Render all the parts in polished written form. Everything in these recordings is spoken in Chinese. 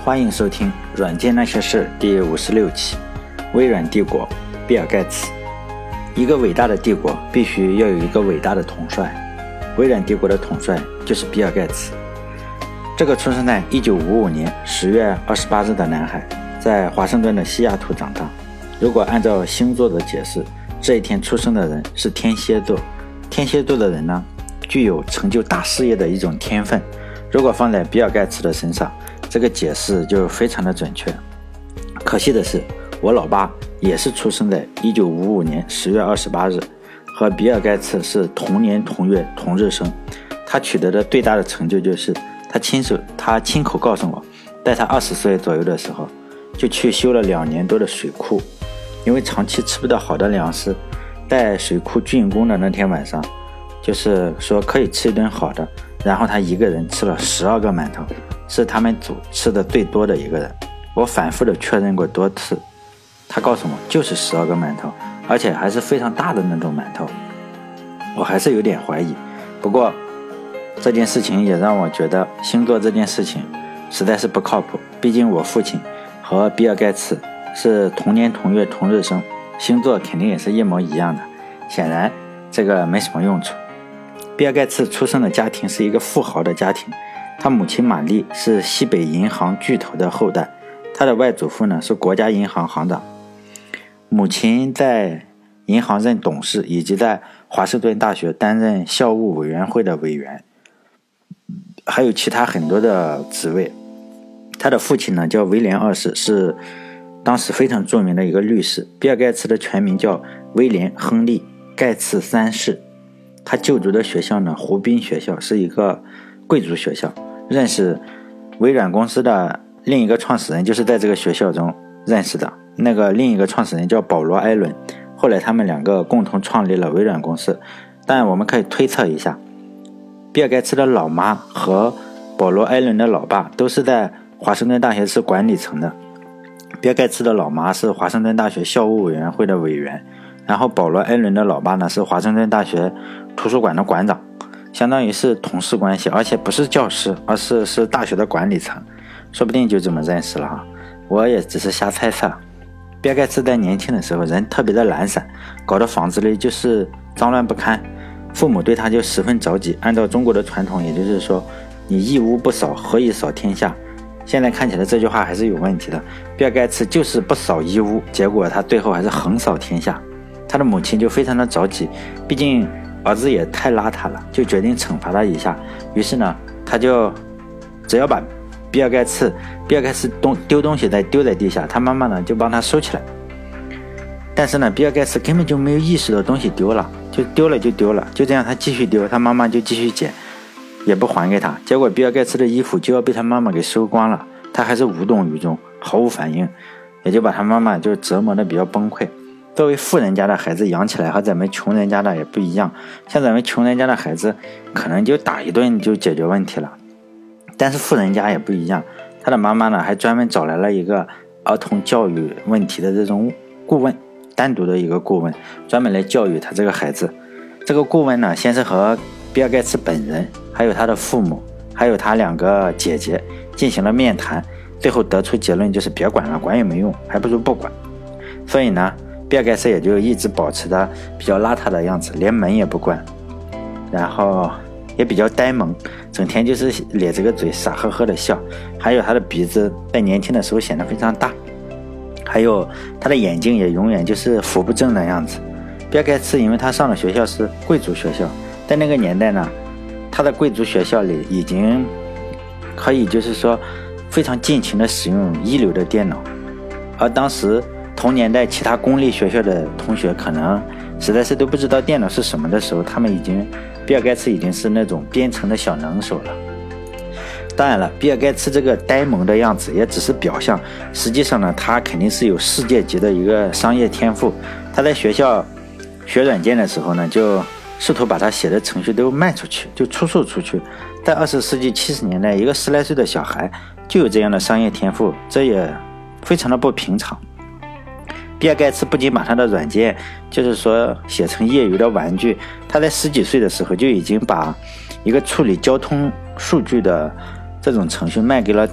欢迎收听《软件那些事》第56期。微软帝国，比尔盖茨。一个伟大的帝国必须要有一个伟大的统帅，微软帝国的统帅就是比尔盖茨。这个出生在1955年10月28日的男孩，在华盛顿的西雅图长大。如果按照星座的解释，这一天出生的人是天蝎座。天蝎座的人呢，具有成就大事业的一种天分。如果放在比尔盖茨的身上，这个解释就非常的准确。可惜的是，我老爸也是出生在1955年10月28日，和比尔盖茨是同年同月同日生。他取得的最大的成就就是他亲口告诉我，在他20岁左右的时候，就去修了2年多的水库。因为长期吃不到好的粮食，在水库竣工的那天晚上，就是说可以吃一顿好的，然后他一个人吃了12个馒头，是他们组吃的最多的一个人。我反复的确认过多次，他告诉我就是12个馒头，而且还是非常大的那种馒头。我还是有点怀疑，不过这件事情也让我觉得星座这件事情实在是不靠谱。毕竟我父亲和比尔盖茨是同年同月同日生，星座肯定也是一模一样的，显然这个没什么用处。比尔盖茨出生的家庭是一个富豪的家庭，他母亲玛丽是西北银行巨头的后代，他的外祖父呢是国家银行行长，母亲在银行任董事，以及在华盛顿大学担任校务委员会的委员，还有其他很多的职位。他的父亲呢叫威廉2世，是当时非常著名的一个律师。比尔盖茨的全名叫威廉·亨利·盖茨3世。他就读的学校呢，湖滨学校，是一个贵族学校。认识微软公司的另一个创始人就是在这个学校中认识的。那个另一个创始人叫保罗·艾伦，后来他们2个共同创立了微软公司。但我们可以推测一下，比尔盖茨的老妈和保罗·艾伦的老爸都是在华盛顿大学是管理层的。比尔盖茨的老妈是华盛顿大学校务委员会的委员，然后保罗·艾伦的老爸呢是华盛顿大学图书馆的馆长，相当于是同事关系，而且不是教师，而是大学的管理层，说不定就这么认识了哈。我也只是瞎猜测。比尔盖茨在年轻的时候人特别的懒散，搞得房子里就是脏乱不堪，父母对他就十分着急。按照中国的传统，也就是说你一屋不扫，何以扫天下？现在看起来这句话还是有问题的。比尔盖茨就是不扫一屋，结果他最后还是横扫天下。他的母亲就非常的着急，毕竟儿子也太邋遢了，就决定惩罚他一下。于是呢，他就只要把比尔盖茨丢东西再丢在地下，他妈妈呢就帮他收起来。但是呢，比尔盖茨根本就没有意识到东西丢了，就丢了，就这样他继续丢，他妈妈就继续捡，也不还给他。结果比尔盖茨的衣服就要被他妈妈给收光了，他还是无动于衷，毫无反应，也就把他妈妈就折磨得比较崩溃。作为富人家的孩子养起来和咱们穷人家的也不一样，像咱们穷人家的孩子可能就打一顿就解决问题了，但是富人家也不一样。他的妈妈呢还专门找来了一个儿童教育问题的这种顾问，单独的一个顾问，专门来教育他这个孩子。这个顾问呢先是和比尔盖茨本人，还有他的父母，还有他2个姐姐进行了面谈，最后得出结论就是别管了，管也没用，还不如不管。所以呢，比尔盖茨也就一直保持着比较邋遢的样子，连门也不关，然后也比较呆萌，整天就是咧着个嘴傻呵呵的笑。还有他的鼻子在年轻的时候显得非常大，还有他的眼睛也永远就是扶不正的样子。比尔盖茨因为他上的学校是贵族学校，在那个年代呢，他的贵族学校里已经可以就是说非常尽情的使用一流的电脑，而当时同年代其他公立学校的同学可能实在是都不知道电脑是什么的时候，比尔盖茨已经是那种编程的小能手了。当然了，比尔盖茨这个呆萌的样子也只是表象，实际上呢，他肯定是有世界级的一个商业天赋。他在学校学软件的时候呢，就试图把他写的程序都卖出去，就出售出去。在20世纪70年代，一个10来岁的小孩就有这样的商业天赋，这也非常的不平常。比尔盖茨不仅把他的软件就是说写成业余的玩具，他在10几岁的时候就已经把一个处理交通数据的这种程序卖给了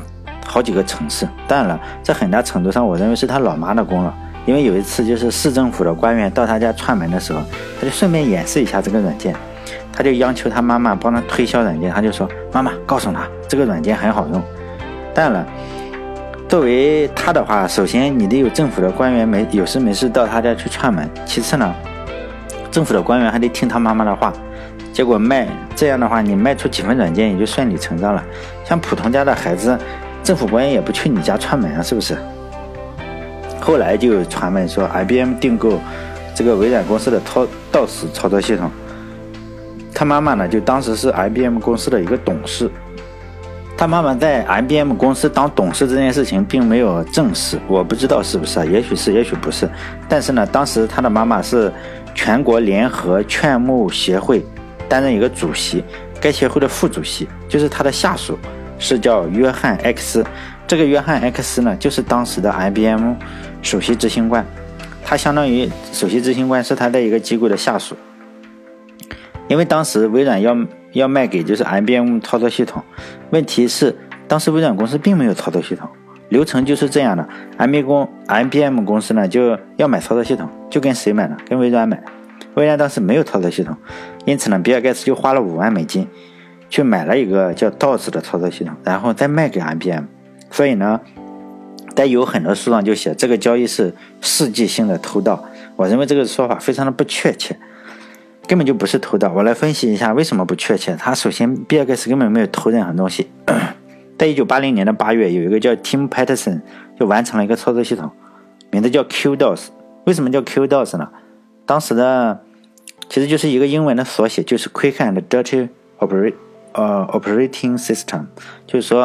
好几个城市。当然了，在很大程度上我认为是他老妈的功劳，因为有一次就是市政府的官员到他家串门的时候，他就顺便演示一下这个软件，他就央求他妈妈帮他推销软件，他就说妈妈告诉他这个软件很好用。当然了，作为他的话，首先你得有政府的官员有事没事到他家去串门，其次呢，政府的官员还得听他妈妈的话。结果这样的话，你卖出几份软件也就顺理成章了。像普通家的孩子，政府官员也不去你家串门啊，是不是？后来就有传闻说 IBM 订购这个微软公司的DOS 操作系统，他妈妈呢就当时是 IBM 公司的一个董事。他妈妈在 IBM 公司当董事这件事情并没有证实，我不知道是不是，也许是也许不是。但是呢，当时他的妈妈是全国联合劝募协会担任一个主席，该协会的副主席就是他的下属是叫约翰 X。 这个约翰 X 呢就是当时的 IBM 首席执行官，他相当于首席执行官是他的一个机构的下属。因为当时微软要卖给就是 IBM 操作系统，问题是当时微软公司并没有操作系统，流程就是这样的。 IBM 公司呢就要买操作系统，就跟谁买呢？跟微软买。微软当时没有操作系统，因此呢比尔盖茨就花了$5万去买了一个叫 DOS 的操作系统，然后再卖给 IBM。 所以呢但有很多书上就写这个交易是世纪性的偷盗，我认为这个说法非常的不确切，根本就不是偷盗。我来分析一下为什么不确切。他首先比尔盖茨根本没有偷任何东西。在1980年的8月，有一个叫 Tim Peterson 就完成了一个操作系统，名字叫 QDOS。 为什么叫 QDOS 呢？当时的其实就是一个英文的缩写，就是 Quick and Dirty Operating System， 就是说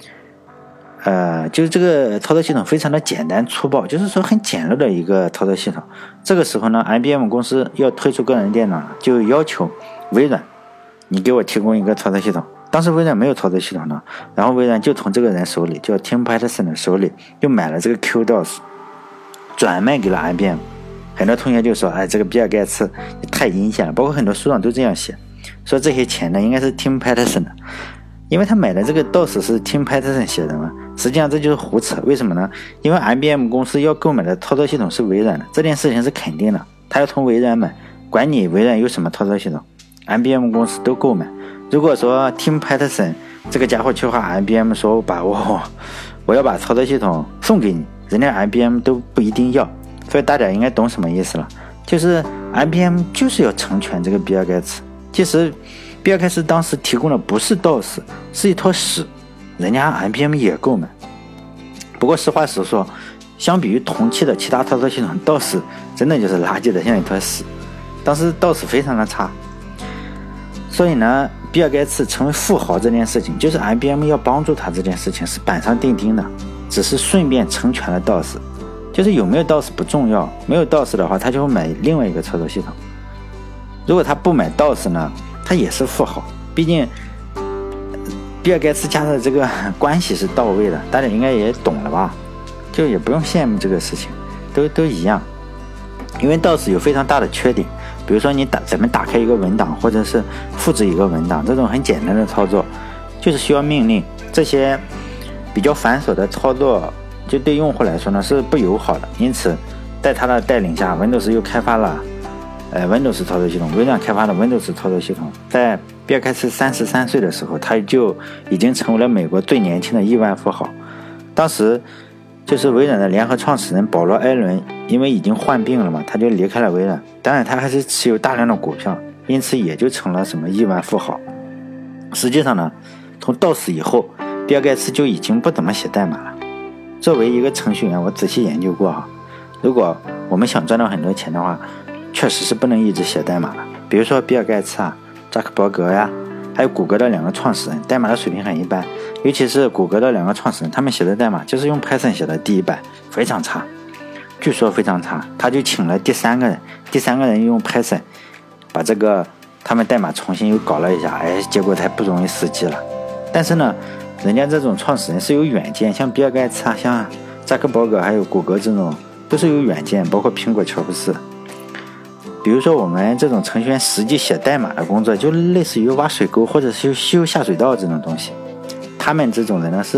就是这个操作系统非常的简单粗暴，就是说很简陋的一个操作系统。这个时候呢 IBM 公司要推出个人电脑，就要求微软你给我提供一个操作系统。当时微软没有操作系统呢，然后微软就从这个人手里叫 Tim Peterson 的手里就买了这个 QDOS， 转卖给了 IBM。 很多同学就说这个比尔盖茨太阴险了，包括很多书上都这样写，说这些钱呢应该是 Tim Peterson 的，因为他买的这个 DOS 是 Tim Peterson 写的嘛。实际上这就是胡扯。为什么呢？因为 IBM 公司要购买的操作系统是微软的，这件事情是肯定的，他要从微软买，管你微软有什么操作系统， IBM 公司都购买。如果说 Tim Peterson 这个家伙去和 IBM 说我要把操作系统送给你，人家 IBM 都不一定要。所以大家应该懂什么意思了，就是 IBM 就是要成全这个比尔盖茨。其实比尔盖茨当时提供的不是 DOS， 是一坨屎，人家 IBM 也购买。不过实话实说，相比于同期的其他操作系统， DOS 真的就是垃圾的像一坨屎。当时 DOS 非常的差，所以呢比尔盖茨成为富豪这件事情，就是 IBM 要帮助他这件事情是板上钉钉的，只是顺便成全了 DOS。就是有没有 DOS 不重要，没有 DOS 的话他就会买另外一个操作系统。如果他不买 DOS 呢，他也是富豪，毕竟比尔盖茨家的这个关系是到位的，大家应该也懂了吧，就也不用羡慕这个事情，都一样。因为 DOS 有非常大的缺点，比如说咱们打开一个文档或者是复制一个文档，这种很简单的操作就是需要命令，这些比较繁琐的操作就对用户来说呢是不友好的。因此在他的带领下， Windows 又开发了Windows 操作系统，微软开发的 Windows 操作系统。在比尔盖茨33岁的时候，他就已经成为了美国最年轻的亿万富豪。当时就是微软的联合创始人保罗·艾伦，因为已经患病了嘛，他就离开了微软。当然他还是持有大量的股票，因此也就成了什么亿万富豪。实际上呢，从 DOS 以后，比尔盖茨就已经不怎么写代码了。作为一个程序员，我仔细研究过如果我们想赚到很多钱的话，确实是不能一直写代码的。比如说比尔盖茨扎克伯格呀，还有谷歌的2个创始人，代码的水平很一般，尤其是谷歌的2个创始人，他们写的代码就是用 Python 写的第一版，非常差，据说非常差。他就请了第三个人用 Python 把这个他们代码重新又搞了一下，结果才不容易死机了。但是呢，人家这种创始人是有远见，像比尔盖茨像扎克伯格还有谷歌这种都是有远见，包括苹果乔布斯。比如说我们这种程序员实际写代码的工作，就类似于挖水沟或者是修下水道这种东西，他们这种人呢是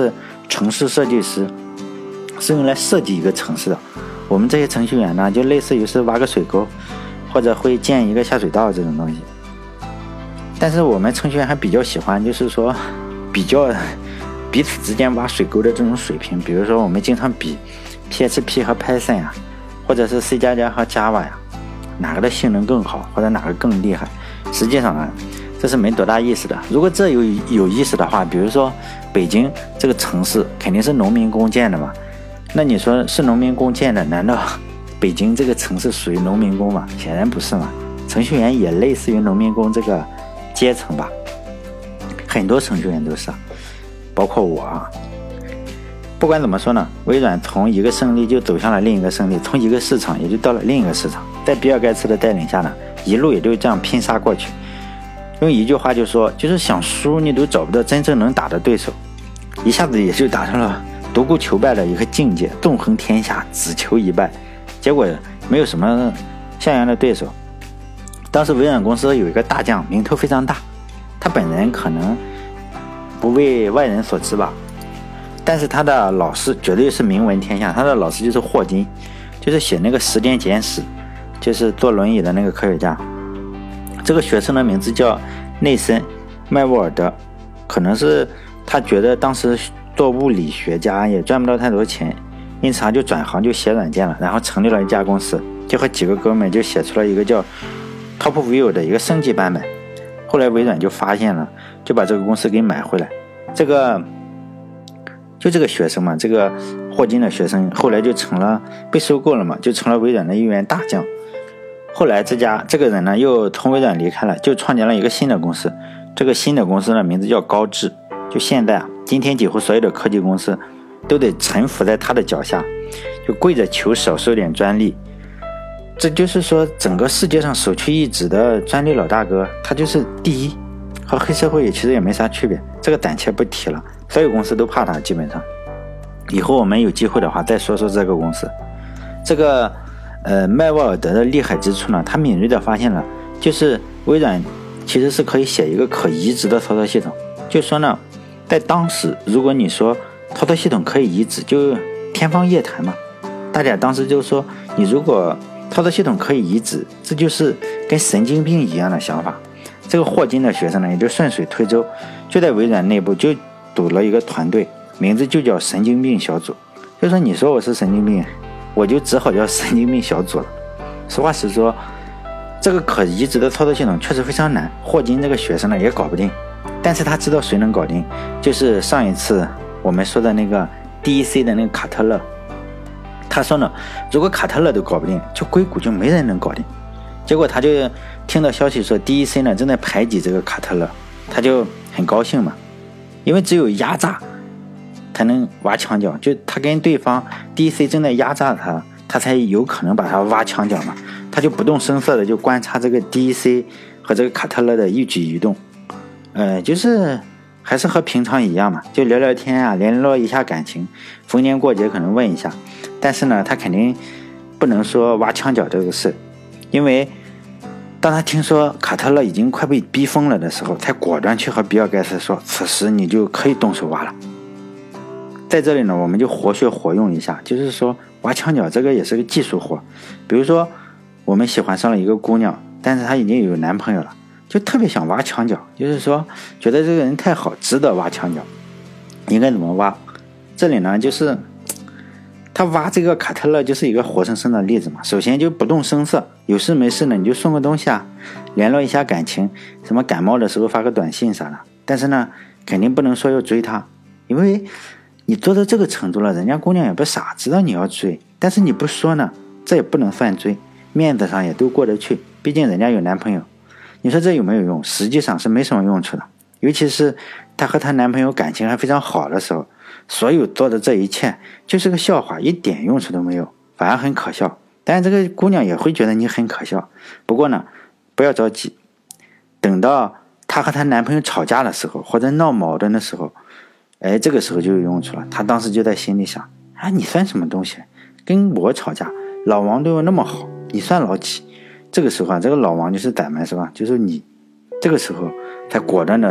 城市设计师是用来设计一个城市的，我们这些程序员呢，就类似于是挖个水沟，或者会建一个下水道这种东西。但是我们程序员还比较喜欢，就是说比较彼此之间挖水沟的这种水平，比如说我们经常比 PHP 和 Python 呀，或者是 C++ 和 Java 呀，哪个的性能更好，或者哪个更厉害。实际上呢，这是没多大意思的。如果这有意思的话，比如说北京这个城市肯定是农民工建的嘛，那你说是农民工建的，难道北京这个城市属于农民工吗？显然不是嘛。程序员也类似于农民工这个阶层吧，很多程序员都是，包括我啊。不管怎么说呢，微软从一个胜利就走向了另一个胜利，从一个市场也就到了另一个市场。在比尔盖茨的带领下呢，一路也就这样拼杀过去。用一句话就说，就是想输你都找不到真正能打的对手，一下子也就达到了独孤求败的一个境界，纵横天下只求一败，结果没有什么像样的对手。当时微软公司有一个大将，名头非常大，他本人可能不为外人所知吧，但是他的老师绝对是名闻天下。他的老师就是霍金，就是写那个时间简史，就是坐轮椅的那个科学家。这个学生的名字叫内森·麦沃尔德，可能是他觉得当时做物理学家也赚不到太多钱，因此他就转行就写软件了，然后成立了一家公司，就和几个哥们就写出了一个叫 TopView 的一个升级版本。后来微软就发现了，就把这个公司给买回来。这个学生嘛，这个霍金的学生后来就成了被收购了嘛，就成了微软的一员大将。后来这个人呢又从微软离开了，就创建了一个新的公司。这个新的公司的名字叫高智。就现在今天几乎所有的科技公司都得臣服在他的脚下，就跪着求少收点专利。这就是说整个世界上首屈一指的专利老大哥，他就是第一，和黑社会其实也没啥区别。这个暂且不提了，所有公司都怕他。基本上以后我们有机会的话再说说这个公司。这个麦沃尔德的厉害之处呢，他敏锐地发现了，就是微软其实是可以写一个可移植的操作系统。就说呢，在当时如果你说操作系统可以移植，就天方夜谭嘛。大家当时就说，你如果操作系统可以移植，这就是跟神经病一样的想法。这个霍金的学生呢，也就顺水推舟，就在微软内部就组了一个团队，名字就叫神经病小组。就说你说我是神经病，我就只好叫神经病小组了。实话实说，这个可移植的操作系统确实非常难，霍金这个学生呢也搞不定。但是他知道谁能搞定，就是上一次我们说的那个 DEC 的那个卡特勒。他说呢，如果卡特勒都搞不定，就硅谷就没人能搞定。结果他就听到消息说 DEC 呢正在排挤这个卡特勒，他就很高兴嘛，因为只有压榨才能挖墙脚，就他跟对方 DEC 正在压榨他，他才有可能把他挖墙脚嘛。他就不动声色的就观察这个 DEC 和这个卡特勒的一举一动，就是还是和平常一样嘛，就聊聊天啊，联络一下感情，逢年过节可能问一下。但是呢，他肯定不能说挖墙脚这个事，因为当他听说卡特勒已经快被逼疯了的时候，才果断去和比尔盖茨说，此时你就可以动手挖了。在这里呢，我们就活学活用一下，就是说挖墙脚这个也是个技术活。比如说我们喜欢上了一个姑娘，但是她已经有男朋友了，就特别想挖墙脚，就是说觉得这个人太好，值得挖墙脚。应该怎么挖？这里呢，就是他挖这个卡特勒就是一个活生生的例子嘛。首先就不动声色，有事没事呢你就送个东西啊，联络一下感情，什么感冒的时候发个短信啥的。但是呢，肯定不能说要追他，因为你做到这个程度了，人家姑娘也不傻，知道你要追，但是你不说呢，这也不能犯罪，面子上也都过得去，毕竟人家有男朋友。你说这有没有用？实际上是没什么用处的，尤其是她和她男朋友感情还非常好的时候，所有做的这一切就是个笑话，一点用处都没有，反而很可笑。但是这个姑娘也会觉得你很可笑。不过呢，不要着急，等到她和她男朋友吵架的时候，或者闹矛盾的时候，这个时候就有用处了。她当时就在心里想，你算什么东西，跟我吵架，老王对我那么好，你算老几？这个时候这个老王就是咱们，是吧？就是你。这个时候才果断的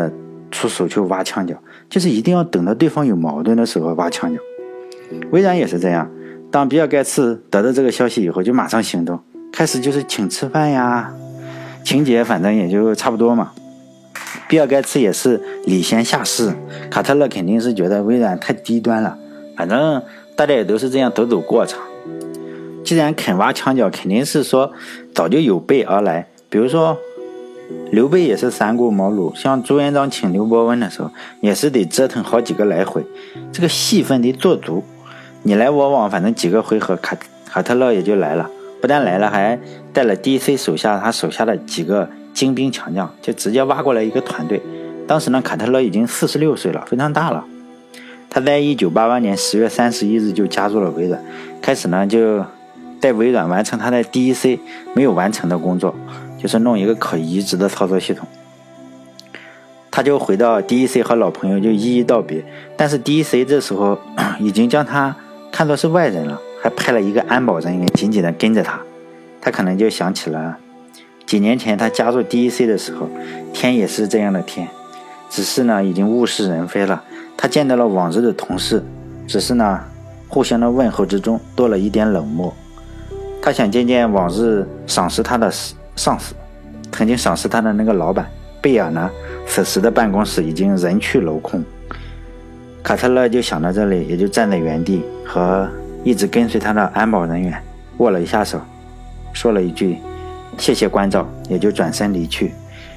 出手去挖墙脚，就是一定要等到对方有矛盾的时候挖墙脚。微软也是这样，当比尔盖茨得到这个消息以后就马上行动，开始就是请吃饭呀，情节反正也就差不多嘛。比尔盖茨也是礼贤下士，卡特勒肯定是觉得微软太低端了，反正大家也都是这样走过场。既然肯挖墙脚，肯定是说早就有备而来。比如说刘备也是三顾茅庐，像朱元璋请刘伯温的时候也是得折腾好几个来回，这个戏份得做足，你来我往，反正几个回合卡特勒也就来了，不但来了，还带了 DC 他手下的几个精兵强将，就直接挖过来一个团队。当时呢，卡特勒已经46岁了，非常大了。他在1988年10月31日就加入了微软，开始呢就在微软完成他在 DEC 没有完成的工作，就是弄一个可移植的操作系统。他就回到 DEC 和老朋友就一一道别，但是 DEC 这时候已经将他看作是外人了，还派了一个安保人员紧紧地跟着他。他可能就想起了几年前他加入 DEC 的时候，天也是这样的天，只是呢已经物是人非了。他见到了往日的同事，只是呢互相的问候之中多了一点冷漠。他想见见往日赏识他的上司，曾经赏识他的那个老板贝尔呢，此时的办公室已经人去楼空。卡特勒就想到这里，也就站在原地，和一直跟随他的安保人员握了一下手，说了一句谢谢关照，也就转身离去。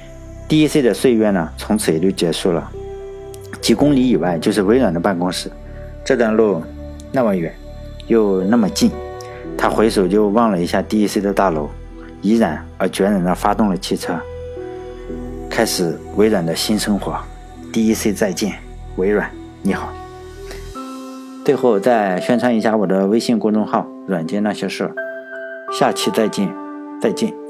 DEC 的岁月呢从此也就结束了。几公里以外就是微软的办公室，这段路那么远又那么近，他回首就望了一下 DEC 的大楼，毅然而决然地发动了汽车，开始微软的新生活。 DEC 再见，微软你好。最后再宣传一下我的微信公众号软件那些事，下期再见。